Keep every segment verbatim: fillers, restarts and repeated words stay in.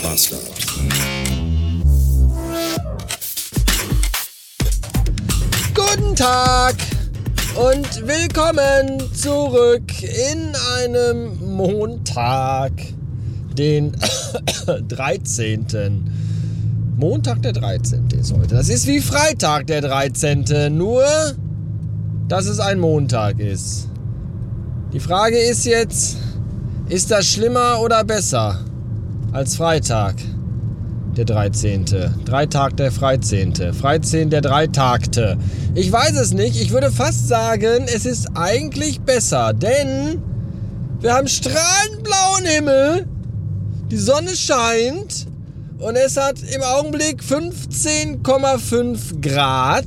Master. Guten Tag und willkommen zurück in einem Montag, den dreizehnten Montag der dreizehnte ist heute. Das ist wie Freitag der dreizehnte, nur dass es ein Montag ist. Die Frage ist jetzt, ist das schlimmer oder besser als Freitag der dreizehnte? Dreitag der Freizehnte. Freizehn der Dreitagte. Ich weiß es nicht. Ich würde fast sagen, es ist eigentlich besser, denn wir haben strahlend blauen Himmel, die Sonne scheint und es hat im Augenblick fünfzehn Komma fünf Grad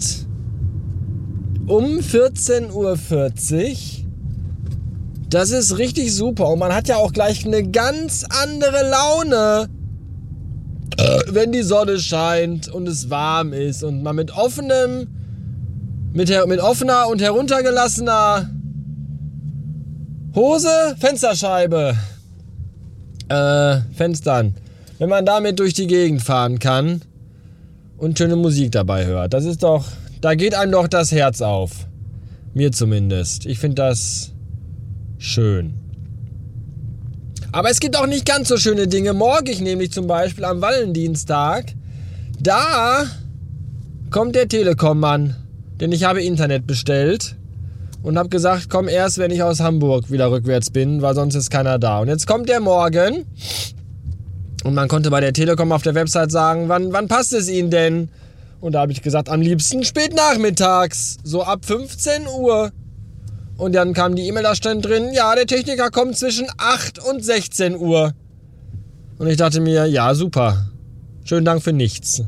um vierzehn Uhr vierzig. Das ist richtig super und man hat ja auch gleich eine ganz andere Laune, wenn die Sonne scheint und es warm ist und man mit offenem, mit, mit offener und heruntergelassener Hose, Fensterscheibe, äh, Fenstern, wenn man damit durch die Gegend fahren kann und schöne Musik dabei hört. Das ist doch, da geht einem doch das Herz auf. Mir zumindest. Ich finde das schön. Aber es gibt auch nicht ganz so schöne Dinge. Morgen nämlich zum Beispiel am Valentinstag, da kommt der Telekom-Mann, denn ich habe Internet bestellt und habe gesagt, komm erst, wenn ich aus Hamburg wieder rückwärts bin, weil sonst ist keiner da. Und jetzt kommt der morgen und man konnte bei der Telekom auf der Website sagen, wann, wann passt es Ihnen denn? Und da habe ich gesagt, am liebsten spät nachmittags, so ab fünfzehn Uhr. Und dann kam die E-Mail, da stand drin, ja, der Techniker kommt zwischen acht und sechzehn Uhr. Und ich dachte mir, ja, super. Schönen Dank für nichts.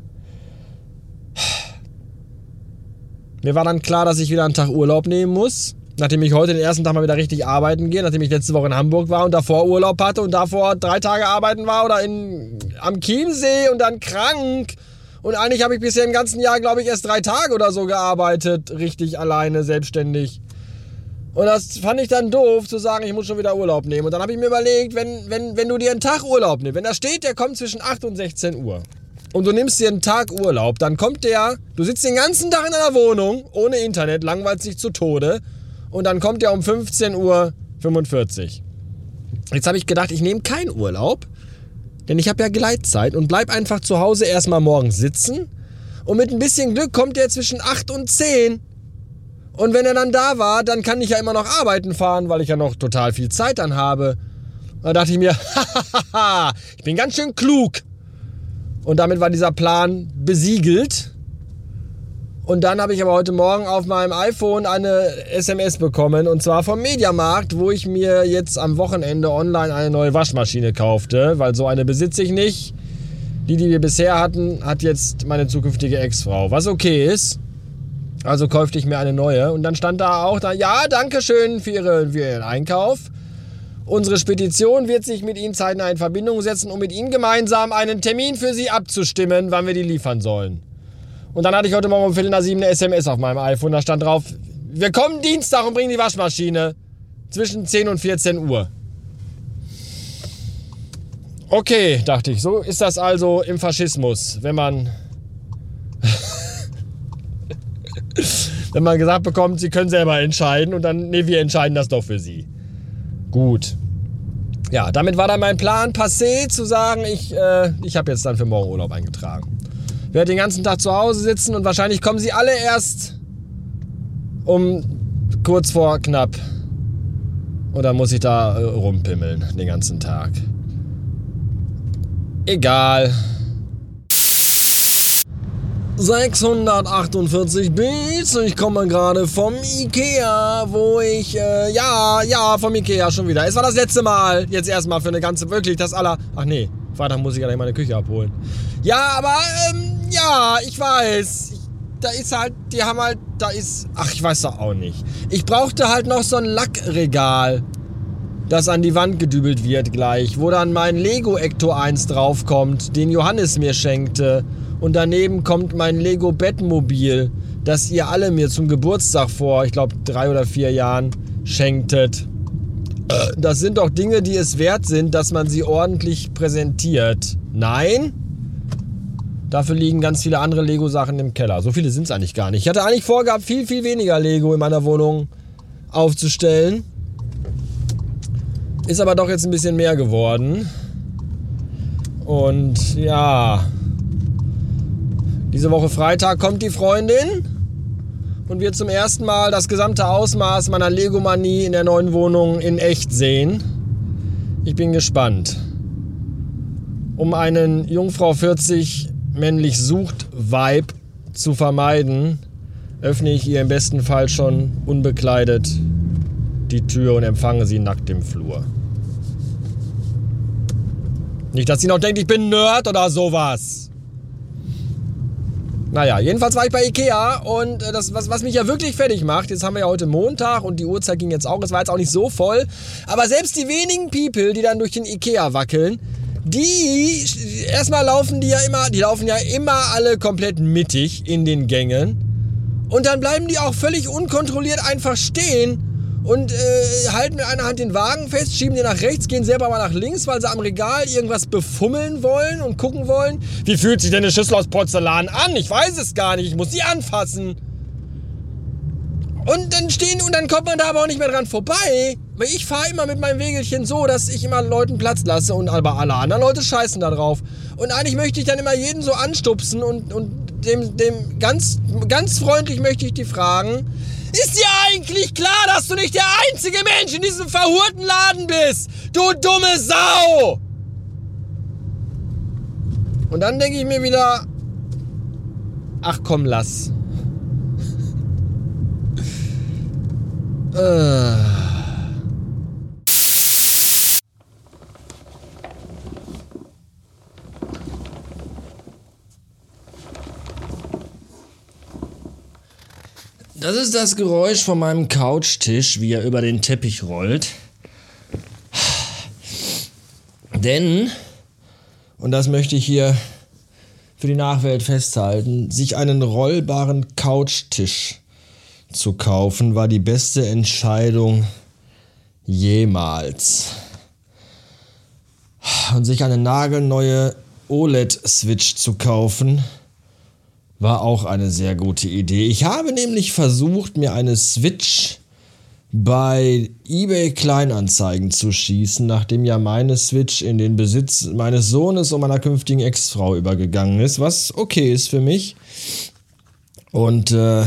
Mir war dann klar, dass ich wieder einen Tag Urlaub nehmen muss. Nachdem ich heute den ersten Tag mal wieder richtig arbeiten gehe, nachdem ich letzte Woche in Hamburg war und davor Urlaub hatte und davor drei Tage arbeiten war oder in, am Chiemsee und dann krank. Und eigentlich habe ich bisher im ganzen Jahr, glaube ich, erst drei Tage oder so gearbeitet, richtig alleine, selbstständig. Und das fand ich dann doof, zu sagen, ich muss schon wieder Urlaub nehmen. Und dann habe ich mir überlegt, wenn, wenn, wenn du dir einen Tag Urlaub nimmst, wenn da steht, der kommt zwischen acht und sechzehn Uhr und du nimmst dir einen Tag Urlaub, dann kommt der, du sitzt den ganzen Tag in deiner Wohnung, ohne Internet, langweilst dich zu Tode und dann kommt der um fünfzehn Uhr fünfundvierzig. Jetzt habe ich gedacht, ich nehme keinen Urlaub, denn ich habe ja Gleitzeit und bleib einfach zu Hause erstmal morgens sitzen und mit ein bisschen Glück kommt der zwischen acht und zehn. Und wenn er dann da war, dann kann ich ja immer noch arbeiten fahren, weil ich ja noch total viel Zeit dann habe. Da dachte ich mir, hahaha, ich bin ganz schön klug. Und damit war dieser Plan besiegelt. Und dann habe ich aber heute Morgen auf meinem iPhone eine S M S bekommen. Und zwar vom Mediamarkt, wo ich mir jetzt am Wochenende online eine neue Waschmaschine kaufte. Weil so eine besitze ich nicht. Die, die wir bisher hatten, hat jetzt meine zukünftige Ex-Frau. Was okay ist. Also kaufte ich mir eine neue und dann stand da auch, da, ja, danke schön für, ihre, für Ihren Einkauf. Unsere Spedition wird sich mit Ihnen zeitnah in Verbindung setzen, um mit Ihnen gemeinsam einen Termin für Sie abzustimmen, wann wir die liefern sollen. Und dann hatte ich heute Morgen um Viertel nach sieben eine S M S auf meinem iPhone, da stand drauf, wir kommen Dienstag und bringen die Waschmaschine zwischen zehn und vierzehn Uhr. Okay, dachte ich, so ist das also im Faschismus, wenn man... Wenn man gesagt bekommt, Sie können selber entscheiden und dann, nee, wir entscheiden das doch für Sie. Gut. Ja, damit war dann mein Plan passé, zu sagen, ich, äh, ich habe jetzt dann für morgen Urlaub eingetragen. Ich werde den ganzen Tag zu Hause sitzen und wahrscheinlich kommen Sie alle erst um kurz vor knapp. Und dann muss ich da äh, rumpimmeln den ganzen Tag. Egal. sechshundertachtundvierzig Beats und ich komme gerade vom Ikea, wo ich, äh, ja, ja, vom Ikea schon wieder. Es war das letzte Mal, jetzt erstmal für eine ganze, wirklich das aller, ach nee, Freitag muss ich ja gleich meine Küche abholen. Ja, aber, ähm, ja, ich weiß, ich, da ist halt, die haben halt, da ist, ach, ich weiß doch auch nicht. Ich brauchte halt noch so ein Lackregal, das an die Wand gedübelt wird gleich, wo dann mein Lego Ecto eins draufkommt, den Johannes mir schenkte. Und daneben kommt mein Lego Bettmobil, das ihr alle mir zum Geburtstag vor, ich glaube, drei oder vier Jahren schenktet. Das sind doch Dinge, die es wert sind, dass man sie ordentlich präsentiert. Nein. Dafür liegen ganz viele andere Lego-Sachen im Keller. So viele sind es eigentlich gar nicht. Ich hatte eigentlich vorgehabt, viel, viel weniger Lego in meiner Wohnung aufzustellen. Ist aber doch jetzt ein bisschen mehr geworden. Und ja, diese Woche Freitag kommt die Freundin und wird zum ersten Mal das gesamte Ausmaß meiner Lego-Manie in der neuen Wohnung in echt sehen. Ich bin gespannt. Um einen Jungfrau vierzig männlich sucht Vibe zu vermeiden, öffne ich ihr im besten Fall schon unbekleidet die Tür und empfange sie nackt im Flur. Nicht, dass sie noch denkt, ich bin Nerd oder sowas. Naja, jedenfalls war ich bei Ikea und das, was, was mich ja wirklich fertig macht, jetzt haben wir ja heute Montag und die Uhrzeit ging jetzt auch, es war jetzt auch nicht so voll, aber selbst die wenigen People, die dann durch den Ikea wackeln, die, erstmal laufen die ja immer, die laufen ja immer alle komplett mittig in den Gängen und dann bleiben die auch völlig unkontrolliert einfach stehen und äh, halten mit einer Hand den Wagen fest, schieben den nach rechts, gehen selber mal nach links, weil sie am Regal irgendwas befummeln wollen und gucken wollen. Wie fühlt sich denn eine Schüssel aus Porzellan an? Ich weiß es gar nicht, ich muss sie anfassen. Und dann stehen und dann kommt man da aber auch nicht mehr dran vorbei. Weil ich fahre immer mit meinem Wägelchen so, dass ich immer Leuten Platz lasse und aber alle anderen Leute scheißen da drauf. Und eigentlich möchte ich dann immer jeden so anstupsen und, und dem, dem ganz, ganz freundlich möchte ich die fragen: Ist dir eigentlich klar, dass du nicht der einzige Mensch in diesem verhurten Laden bist? Du dumme Sau! Und dann denke ich mir wieder: Ach komm, lass. äh. Das ist das Geräusch von meinem Couchtisch, wie er über den Teppich rollt. Denn, und das möchte ich hier für die Nachwelt festhalten, sich einen rollbaren Couchtisch zu kaufen, war die beste Entscheidung jemals. Und sich eine nagelneue O L E D-Switch zu kaufen, war auch eine sehr gute Idee. Ich habe nämlich versucht, mir eine Switch bei eBay Kleinanzeigen zu schießen, nachdem ja meine Switch in den Besitz meines Sohnes und meiner künftigen Ex-Frau übergegangen ist, was okay ist für mich. Und äh,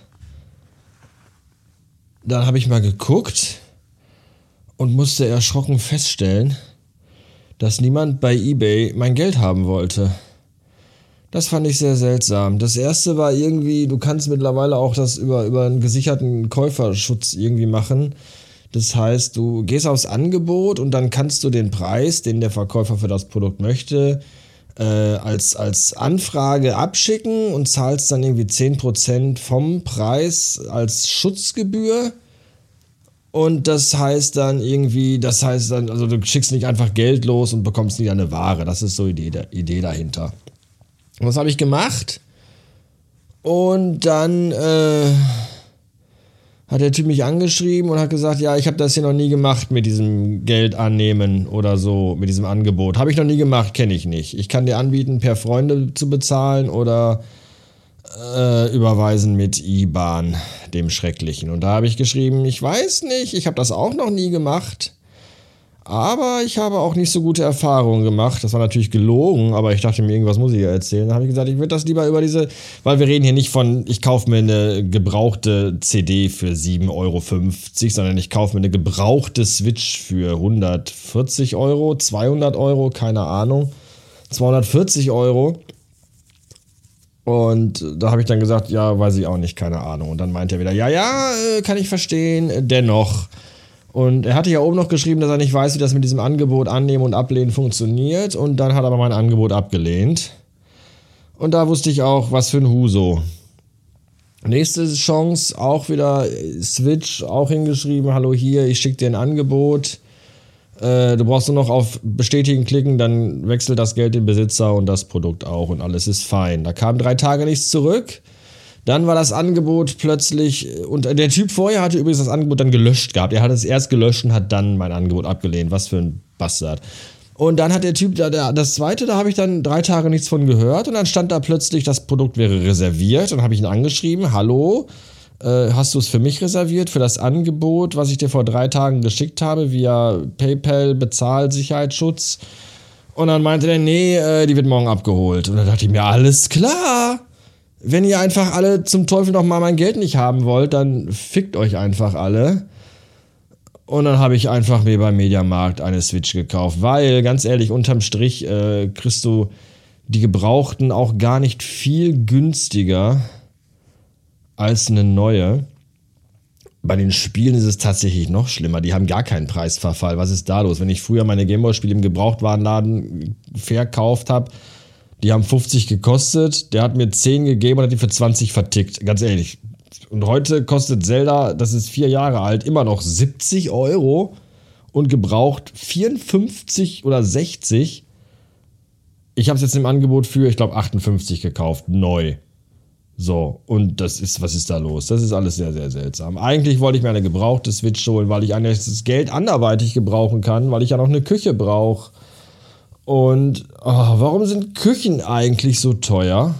dann habe ich mal geguckt und musste erschrocken feststellen, dass niemand bei eBay mein Geld haben wollte. Das fand ich sehr seltsam. Das erste war irgendwie, du kannst mittlerweile auch das über, über einen gesicherten Käuferschutz irgendwie machen. Das heißt, du gehst aufs Angebot und dann kannst du den Preis, den der Verkäufer für das Produkt möchte, äh, als, als Anfrage abschicken und zahlst dann irgendwie zehn Prozent vom Preis als Schutzgebühr. Und das heißt dann irgendwie, das heißt dann, also du schickst nicht einfach Geld los und bekommst nicht eine Ware. Das ist so die Idee, Idee dahinter. Und das habe ich gemacht und dann äh, hat der Typ mich angeschrieben und hat gesagt, ja, ich habe das hier noch nie gemacht mit diesem Geld annehmen oder so, mit diesem Angebot. Habe ich noch nie gemacht, kenne ich nicht. Ich kann dir anbieten, per Freunde zu bezahlen oder äh, überweisen mit I B A N, dem Schrecklichen. Und da habe ich geschrieben, ich weiß nicht, ich habe das auch noch nie gemacht. Aber ich habe auch nicht so gute Erfahrungen gemacht. Das war natürlich gelogen, aber ich dachte mir, irgendwas muss ich ja erzählen. Da habe ich gesagt, ich würde das lieber über diese, weil wir reden hier nicht von, ich kaufe mir eine gebrauchte C D für sieben Euro fünfzig, sondern ich kaufe mir eine gebrauchte Switch für hundertvierzig Euro, zweihundert Euro, keine Ahnung, zweihundertvierzig Euro. Und da habe ich dann gesagt, ja, weiß ich auch nicht, keine Ahnung. Und dann meinte er wieder, ja, ja, kann ich verstehen, dennoch. Und er hatte ja oben noch geschrieben, dass er nicht weiß, wie das mit diesem Angebot annehmen und ablehnen funktioniert. Und dann hat er aber mein Angebot abgelehnt. Und da wusste ich auch, was für ein Huso. Nächste Chance, auch wieder Switch, auch hingeschrieben, hallo hier, ich schicke dir ein Angebot. Äh, du brauchst nur noch auf Bestätigen klicken, dann wechselt das Geld den Besitzer und das Produkt auch und alles ist fein. Da kam drei Tage nichts zurück. Dann war das Angebot plötzlich, und der Typ vorher hatte übrigens das Angebot dann gelöscht gehabt. Er hat es erst gelöscht und hat dann mein Angebot abgelehnt. Was für ein Bastard. Und dann hat der Typ, da, der, das zweite, da habe ich dann drei Tage nichts von gehört und dann stand da plötzlich, das Produkt wäre reserviert. Dann habe ich ihn angeschrieben, hallo, äh, hast du es für mich reserviert, für das Angebot, was ich dir vor drei Tagen geschickt habe, via PayPal, Bezahlsicherheitsschutz? Und dann meinte er, nee, äh, die wird morgen abgeholt. Und dann dachte ich mir, alles klar. Wenn ihr einfach alle zum Teufel nochmal mein Geld nicht haben wollt, dann fickt euch einfach alle. Und dann habe ich einfach mir beim Mediamarkt eine Switch gekauft, weil, ganz ehrlich, unterm Strich äh, kriegst du die Gebrauchten auch gar nicht viel günstiger als eine neue. Bei den Spielen ist es tatsächlich noch schlimmer, die haben gar keinen Preisverfall. Was ist da los? Wenn ich früher meine Gameboy-Spiele im Gebrauchtwarenladen verkauft habe, die haben fünfzig gekostet, der hat mir zehn gegeben und hat die für zwanzig vertickt, ganz ehrlich. Und heute kostet Zelda, das ist vier Jahre alt, immer noch siebzig Euro und gebraucht vierundfünfzig oder sechzig. Ich habe es jetzt im Angebot für, ich glaube, achtundfünfzig gekauft, neu. So, und das ist, was ist da los? Das ist alles sehr, sehr seltsam. Eigentlich wollte ich mir eine gebrauchte Switch holen, weil ich eigentlich das Geld anderweitig gebrauchen kann, weil ich ja noch eine Küche brauche. Und oh, warum sind Küchen eigentlich so teuer?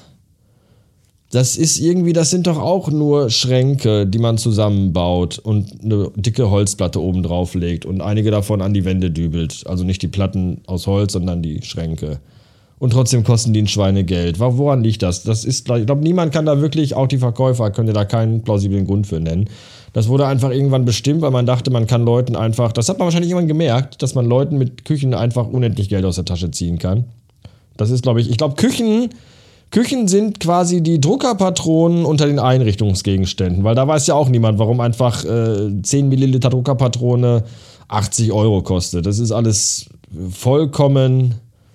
Das ist irgendwie, das sind doch auch nur Schränke, die man zusammenbaut und eine dicke Holzplatte oben drauf legt und einige davon an die Wände dübelt. Also nicht die Platten aus Holz, sondern die Schränke. Und trotzdem kosten die ein Schweinegeld. Woran liegt das? Das ist, ich glaube, niemand kann da wirklich, auch die Verkäufer können da keinen plausiblen Grund für nennen. Das wurde einfach irgendwann bestimmt, weil man dachte, man kann Leuten einfach, das hat man wahrscheinlich irgendwann gemerkt, dass man Leuten mit Küchen einfach unendlich Geld aus der Tasche ziehen kann. Das ist, glaube ich, ich glaube, Küchen... Küchen sind quasi die Druckerpatronen unter den Einrichtungsgegenständen, weil da weiß ja auch niemand, warum einfach äh, zehn Milliliter Druckerpatrone achtzig Euro kostet. Das ist alles vollkommen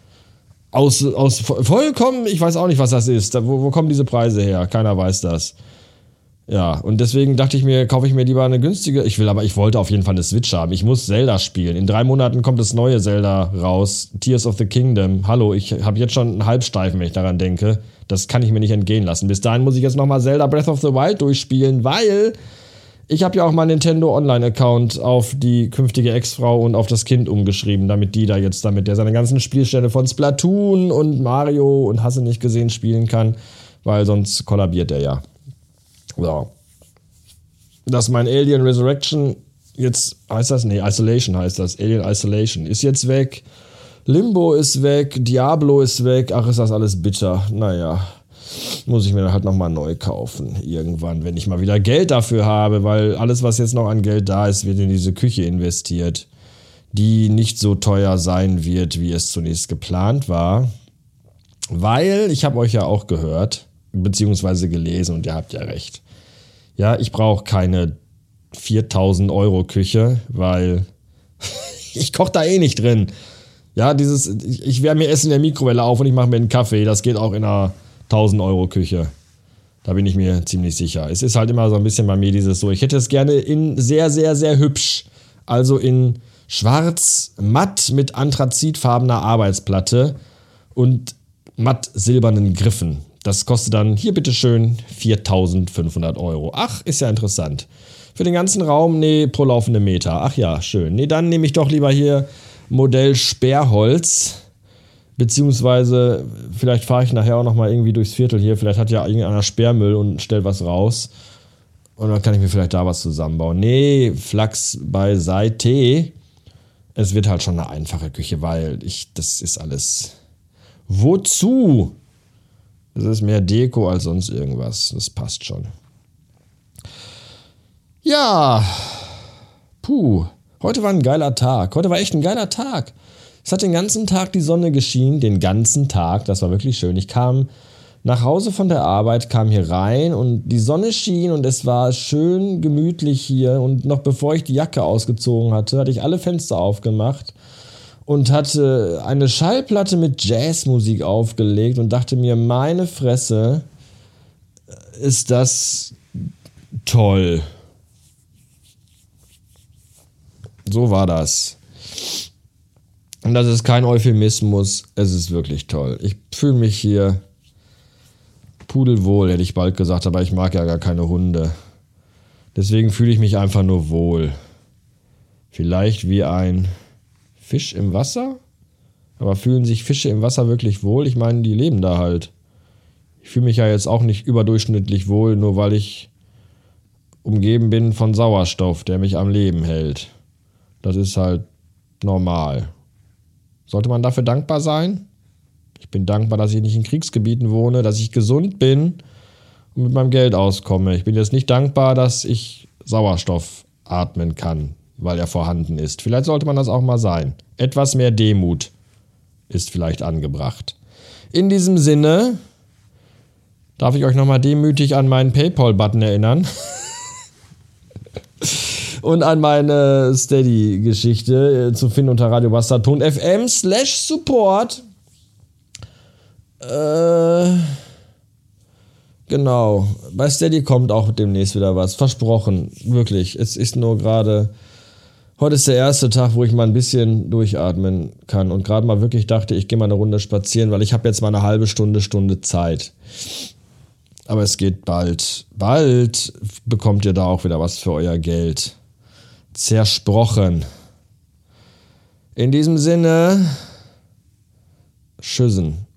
aus, aus vollkommen, ich weiß auch nicht, was das ist. Da, wo, wo kommen diese Preise her? Keiner weiß das. Ja, und deswegen dachte ich mir, kaufe ich mir lieber eine günstige. Ich will aber, ich wollte auf jeden Fall eine Switch haben. Ich muss Zelda spielen. In drei Monaten kommt das neue Zelda raus. Tears of the Kingdom. Hallo, ich habe jetzt schon einen Halbsteifen, wenn ich daran denke. Das kann ich mir nicht entgehen lassen. Bis dahin muss ich jetzt nochmal Zelda Breath of the Wild durchspielen, weil ich habe ja auch meinen Nintendo Online-Account auf die künftige Ex-Frau und auf das Kind umgeschrieben, damit die da jetzt, damit der seine ganzen Spielstände von Splatoon und Mario und Hasse nicht gesehen spielen kann, weil sonst kollabiert er ja. So. Dass mein Alien Resurrection jetzt, heißt das? Nee, Isolation heißt das. Alien Isolation ist jetzt weg. Limbo ist weg. Diablo ist weg. Ach, ist das alles bitter. Naja, muss ich mir dann halt nochmal neu kaufen. Irgendwann, wenn ich mal wieder Geld dafür habe, weil alles, was jetzt noch an Geld da ist, wird in diese Küche investiert, die nicht so teuer sein wird, wie es zunächst geplant war. Weil, ich habe euch ja auch gehört, beziehungsweise gelesen und ihr habt ja recht. Ja, ich brauche keine viertausend Euro Küche, weil ich koche da eh nicht drin. Ja, dieses, ich, ich wärme mir Essen in der Mikrowelle auf und ich mache mir einen Kaffee, das geht auch in einer tausend Euro Küche. Da bin ich mir ziemlich sicher. Es ist halt immer so ein bisschen bei mir dieses so, ich hätte es gerne in sehr, sehr, sehr hübsch. Also in schwarz, matt mit anthrazitfarbener Arbeitsplatte und matt silbernen Griffen. Das kostet dann, hier bitteschön, viertausendfünfhundert Euro. Ach, ist ja interessant. Für den ganzen Raum, nee, pro laufende Meter. Ach ja, schön. Nee, dann nehme ich doch lieber hier Modell Sperrholz. Beziehungsweise, vielleicht fahre ich nachher auch nochmal irgendwie durchs Viertel hier. Vielleicht hat ja irgendeiner Sperrmüll und stellt was raus. Und dann kann ich mir vielleicht da was zusammenbauen. Nee, Flachs beiseite. Es wird halt schon eine einfache Küche, weil ich, das ist alles... Wozu? Das ist mehr Deko als sonst irgendwas. Das passt schon. Ja. Puh. Heute war ein geiler Tag. Heute war echt ein geiler Tag. Es hat den ganzen Tag die Sonne geschienen. Den ganzen Tag. Das war wirklich schön. Ich kam nach Hause von der Arbeit, kam hier rein und die Sonne schien und es war schön gemütlich hier. Und noch bevor ich die Jacke ausgezogen hatte, hatte ich alle Fenster aufgemacht und hatte eine Schallplatte mit Jazzmusik aufgelegt und dachte mir, meine Fresse, ist das toll. So war das. Und das ist kein Euphemismus, es ist wirklich toll. Ich fühle mich hier pudelwohl, hätte ich bald gesagt, aber ich mag ja gar keine Hunde. Deswegen fühle ich mich einfach nur wohl. Vielleicht wie ein Fisch im Wasser? Aber fühlen sich Fische im Wasser wirklich wohl? Ich meine, die leben da halt. Ich fühle mich ja jetzt auch nicht überdurchschnittlich wohl, nur weil ich umgeben bin von Sauerstoff, der mich am Leben hält. Das ist halt normal. Sollte man dafür dankbar sein? Ich bin dankbar, dass ich nicht in Kriegsgebieten wohne, dass ich gesund bin und mit meinem Geld auskomme. Ich bin jetzt nicht dankbar, dass ich Sauerstoff atmen kann, weil er vorhanden ist. Vielleicht sollte man das auch mal sein. Etwas mehr Demut ist vielleicht angebracht. In diesem Sinne darf ich euch nochmal demütig an meinen PayPal-Button erinnern und an meine Steady-Geschichte zu finden unter radiobastard.fm slash support. Äh, genau. Bei Steady kommt auch demnächst wieder was. Versprochen. Wirklich. Es ist nur gerade... Heute ist der erste Tag, wo ich mal ein bisschen durchatmen kann und gerade mal wirklich dachte, ich gehe mal eine Runde spazieren, weil ich habe jetzt mal eine halbe Stunde, Stunde Zeit. Aber es geht bald. Bald bekommt ihr da auch wieder was für euer Geld. Zersprochen. In diesem Sinne, tschüssen.